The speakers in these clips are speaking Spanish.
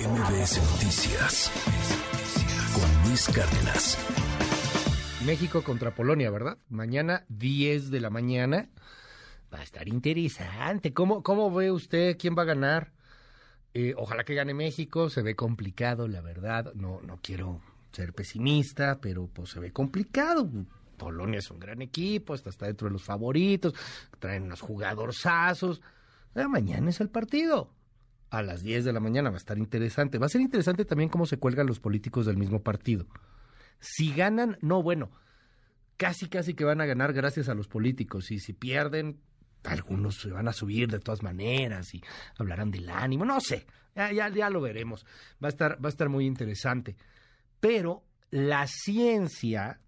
MBS Noticias con Luis Cárdenas. México contra Polonia, ¿verdad? Mañana, 10 de la mañana. Va a estar interesante. ¿Cómo ve usted quién va a ganar? Ojalá que gane México. Se ve complicado, la verdad. No quiero ser pesimista, pero pues se ve complicado. Polonia es un gran equipo, está dentro de los favoritos, traen unos jugadorzazos. Mañana es el partido. A las 10 de la mañana va a estar interesante. Va a ser interesante también cómo se cuelgan los políticos del mismo partido. Si ganan, casi que van a ganar gracias a los políticos. Y si pierden, algunos se van a subir de todas maneras y hablarán del ánimo. No sé, ya lo veremos. Va a estar muy interesante. Pero la ciencia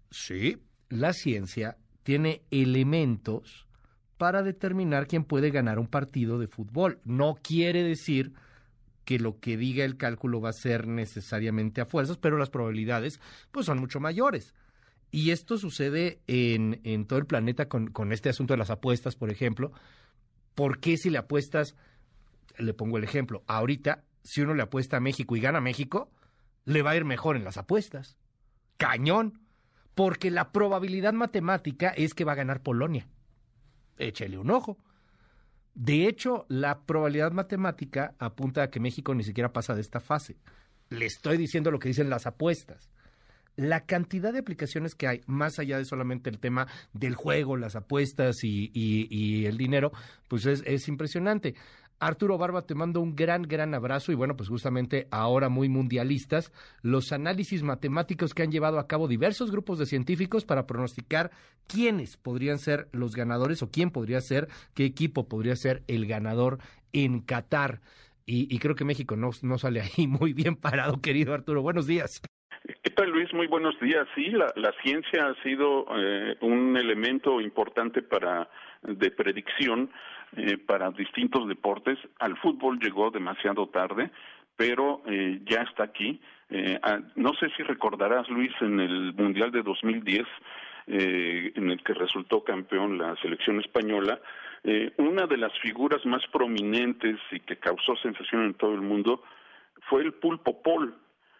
tiene elementos para determinar quién puede ganar un partido de fútbol. No quiere decir que lo que diga el cálculo va a ser necesariamente a fuerzas, pero las probabilidades pues son mucho mayores. Y esto sucede en todo el planeta con este asunto de las apuestas, por ejemplo. ¿Por qué si le apuestas? Le pongo el ejemplo. Ahorita, si uno le apuesta a México y gana México, le va a ir mejor en las apuestas. ¡Cañón! Porque la probabilidad matemática es que va a ganar Polonia. Échele un ojo. De hecho, la probabilidad matemática apunta a que México ni siquiera pasa de esta fase. Le estoy diciendo lo que dicen las apuestas. La cantidad de aplicaciones que hay, más allá de solamente el tema del juego, las apuestas y el dinero, pues es impresionante. Arturo Barba, te mando un gran abrazo y bueno, pues justamente ahora muy mundialistas, los análisis matemáticos que han llevado a cabo diversos grupos de científicos para pronosticar quiénes podrían ser los ganadores o quién podría ser, qué equipo podría ser el ganador en Qatar. Y creo que México no sale ahí muy bien parado, querido Arturo. Buenos días. ¿Qué tal, Luis? Muy buenos días. Sí, la ciencia ha sido un elemento importante de predicción para distintos deportes. Al fútbol llegó demasiado tarde, pero ya está aquí. No sé si recordarás, Luis, en el Mundial de 2010, en el que resultó campeón la selección española, una de las figuras más prominentes y que causó sensación en todo el mundo fue el Pulpo Paul.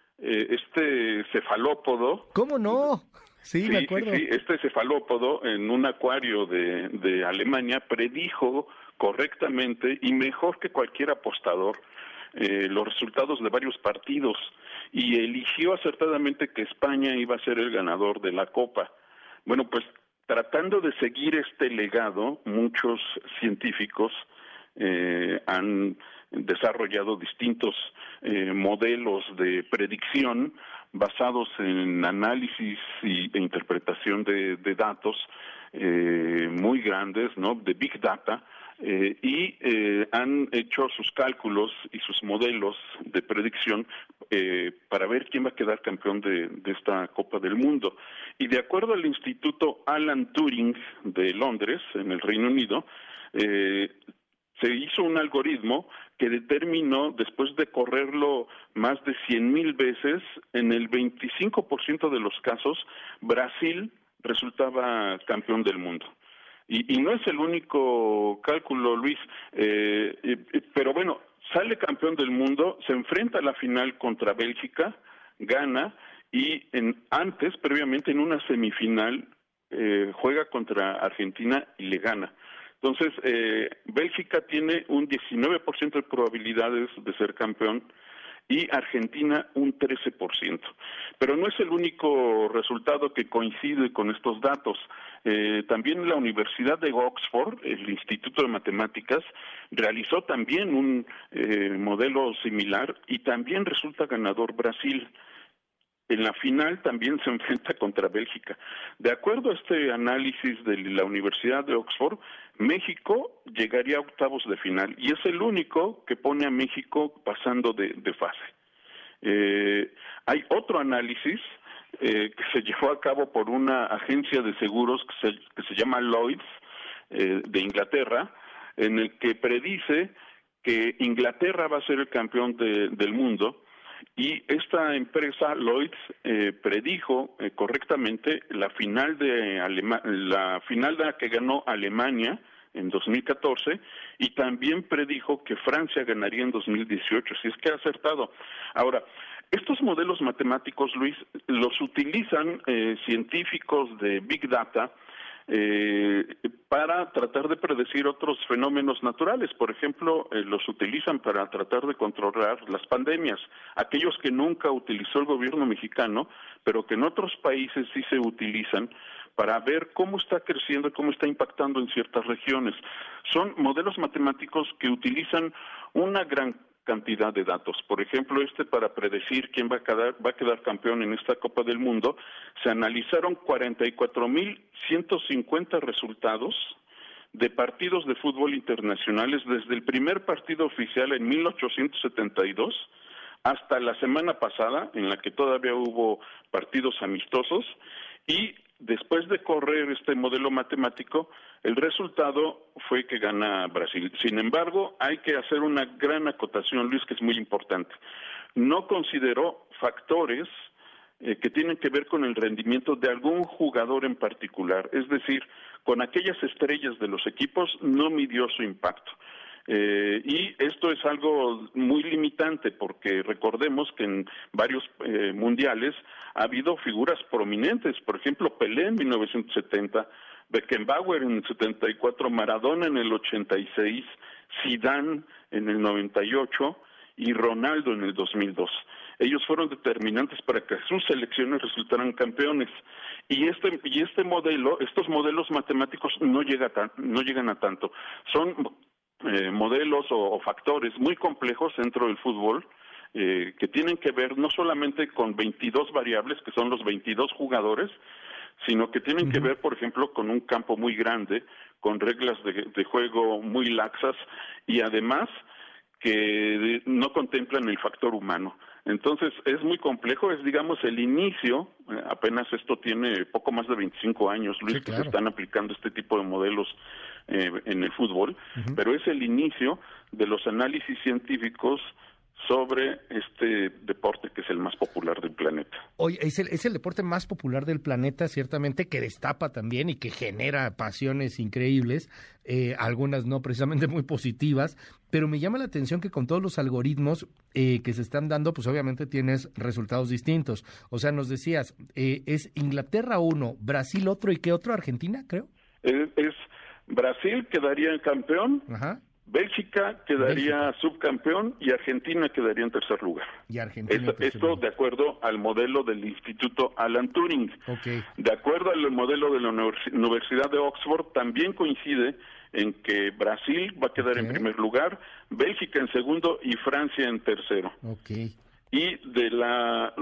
Este cefalópodo. ¿Cómo no? Sí, me acuerdo. Sí, este cefalópodo en un acuario de Alemania predijo correctamente y mejor que cualquier apostador los resultados de varios partidos y eligió acertadamente que España iba a ser el ganador de la Copa. Bueno, pues tratando de seguir este legado, muchos científicos han desarrollado distintos modelos de predicción basados en análisis e interpretación de datos muy grandes, ¿no? De Big Data, y han hecho sus cálculos y sus modelos de predicción para ver quién va a quedar campeón de esta Copa del Mundo. Y de acuerdo al Instituto Alan Turing de Londres, en el Reino Unido, se hizo un algoritmo que determinó, después de correrlo más de 100,000 veces, en el 25% de los casos, Brasil resultaba campeón del mundo. Y no es el único cálculo, Luis, pero bueno, sale campeón del mundo, se enfrenta a la final contra Bélgica, gana, y previamente en una semifinal, juega contra Argentina y le gana. Entonces, Bélgica tiene un 19% de probabilidades de ser campeón y Argentina un 13%. Pero no es el único resultado que coincide con estos datos. También la Universidad de Oxford, el Instituto de Matemáticas, realizó también un modelo similar y también resulta ganador Brasil. En la final también se enfrenta contra Bélgica. De acuerdo a este análisis de la Universidad de Oxford, México llegaría a octavos de final y es el único que pone a México pasando de fase. Hay otro análisis que se llevó a cabo por una agencia de seguros que se llama Lloyd's de Inglaterra, en el que predice que Inglaterra va a ser el campeón del mundo. Y esta empresa, Lloyd's, predijo correctamente la final de la que ganó Alemania en 2014 y también predijo que Francia ganaría en 2018, si es que ha acertado. Ahora, estos modelos matemáticos, Luis, los utilizan científicos de Big Data para tratar de predecir otros fenómenos naturales. Por ejemplo, los utilizan para tratar de controlar las pandemias, aquellos que nunca utilizó el gobierno mexicano, pero que en otros países sí se utilizan para ver cómo está creciendo y cómo está impactando en ciertas regiones. Son modelos matemáticos que utilizan una gran cantidad de datos. Por ejemplo, para predecir quién va a quedar campeón en esta Copa del Mundo, se analizaron 44,150 resultados de partidos de fútbol internacionales desde el primer partido oficial en 1872 hasta la semana pasada, en la que todavía hubo partidos amistosos, y después de correr este modelo matemático, el resultado fue que gana Brasil. Sin embargo, hay que hacer una gran acotación, Luis, que es muy importante. No consideró factores que tienen que ver con el rendimiento de algún jugador en particular, es decir, con aquellas estrellas de los equipos no midió su impacto. Y esto es algo muy limitante porque recordemos que en varios mundiales ha habido figuras prominentes, por ejemplo Pelé en 1970, Beckenbauer en el 74, Maradona en el 86, Zidane en el 98 y Ronaldo en el 2002. Ellos fueron determinantes para que sus selecciones resultaran campeones. Y este modelo, estos modelos matemáticos no llegan a tanto. Son modelos o factores muy complejos dentro del fútbol que tienen que ver no solamente con 22 variables, que son los 22 jugadores, sino que tienen que ver, por ejemplo, con un campo muy grande, con reglas de juego muy laxas y además que no contemplan el factor humano. Entonces, es muy complejo, es, digamos, el inicio, apenas esto tiene poco más de 25 años, Luis, sí, claro, que se están aplicando este tipo de modelos en el fútbol, pero es el inicio de los análisis científicos sobre este deporte que es el más popular del planeta. Oye, es el deporte más popular del planeta, ciertamente, que destapa también y que genera pasiones increíbles, algunas no precisamente muy positivas, pero me llama la atención que con todos los algoritmos que se están dando, pues obviamente tienes resultados distintos. O sea, nos decías, es Inglaterra uno, Brasil otro, ¿y qué otro? ¿Argentina, creo? Es Brasil quedaría campeón, ajá, Bélgica quedaría subcampeón y Argentina quedaría en tercer lugar. Y Argentina esto de acuerdo al modelo del Instituto Alan Turing. Okay. De acuerdo al modelo de la Universidad de Oxford, también coincide en que Brasil va a quedar en primer lugar, Bélgica en segundo y Francia en tercero. Okay. Y de la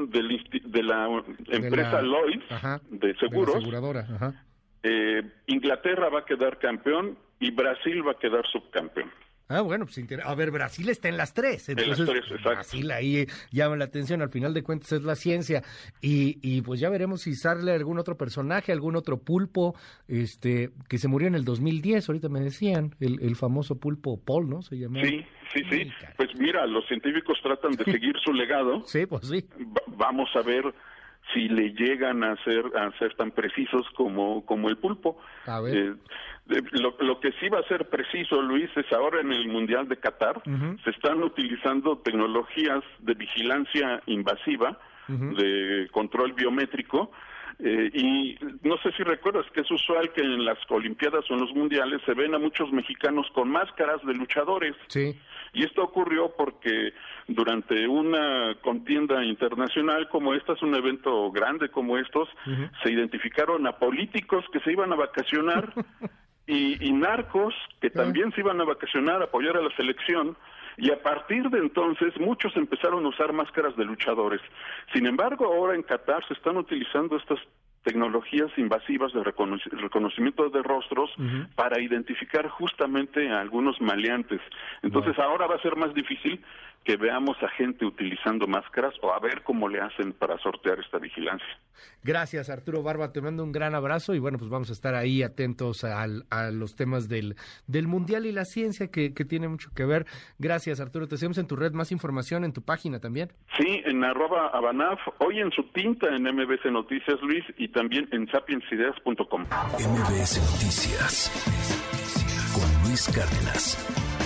empresa Lloyds, de seguros, de la aseguradora, ajá, Inglaterra va a quedar campeón y Brasil va a quedar subcampeón. Ah, bueno, pues a ver, Brasil está en las tres, entonces en las tres, exacto. Brasil ahí llama la atención, al final de cuentas es la ciencia, y pues ya veremos si sale algún otro personaje, algún otro pulpo, que se murió en el 2010, ahorita me decían, el famoso pulpo Paul, ¿no? Se llamaba. Sí. Pues mira, los científicos tratan de seguir su legado. Sí, pues sí. Vamos a ver si le llegan a ser tan precisos como el pulpo. A ver. Lo que sí va a ser preciso, Luis, es ahora en el Mundial de Qatar, se están utilizando tecnologías de vigilancia invasiva, de control biométrico, y no sé si recuerdas que es usual que en las Olimpiadas o en los Mundiales se ven a muchos mexicanos con máscaras de luchadores. Sí. Y esto ocurrió porque durante una contienda internacional como esta, es un evento grande como estos, se identificaron a políticos que se iban a vacacionar y narcos que también se iban a vacacionar a apoyar a la selección, y a partir de entonces muchos empezaron a usar máscaras de luchadores. Sin embargo, ahora en Qatar se están utilizando estas tecnologías invasivas de reconocimiento de rostros para identificar justamente a algunos maleantes. Entonces ahora va a ser más difícil que veamos a gente utilizando máscaras o a ver cómo le hacen para sortear esta vigilancia. Gracias, Arturo Barba, te mando un gran abrazo y bueno, pues vamos a estar ahí atentos a los temas del Mundial y la ciencia que tiene mucho que ver. Gracias, Arturo, te seguimos en tu red, más información en tu página también. Sí, en @abanaf, hoy en su tinta en MBC Noticias, Luis, y también en sapiensideas.com. MBS Noticias con Luis Cárdenas.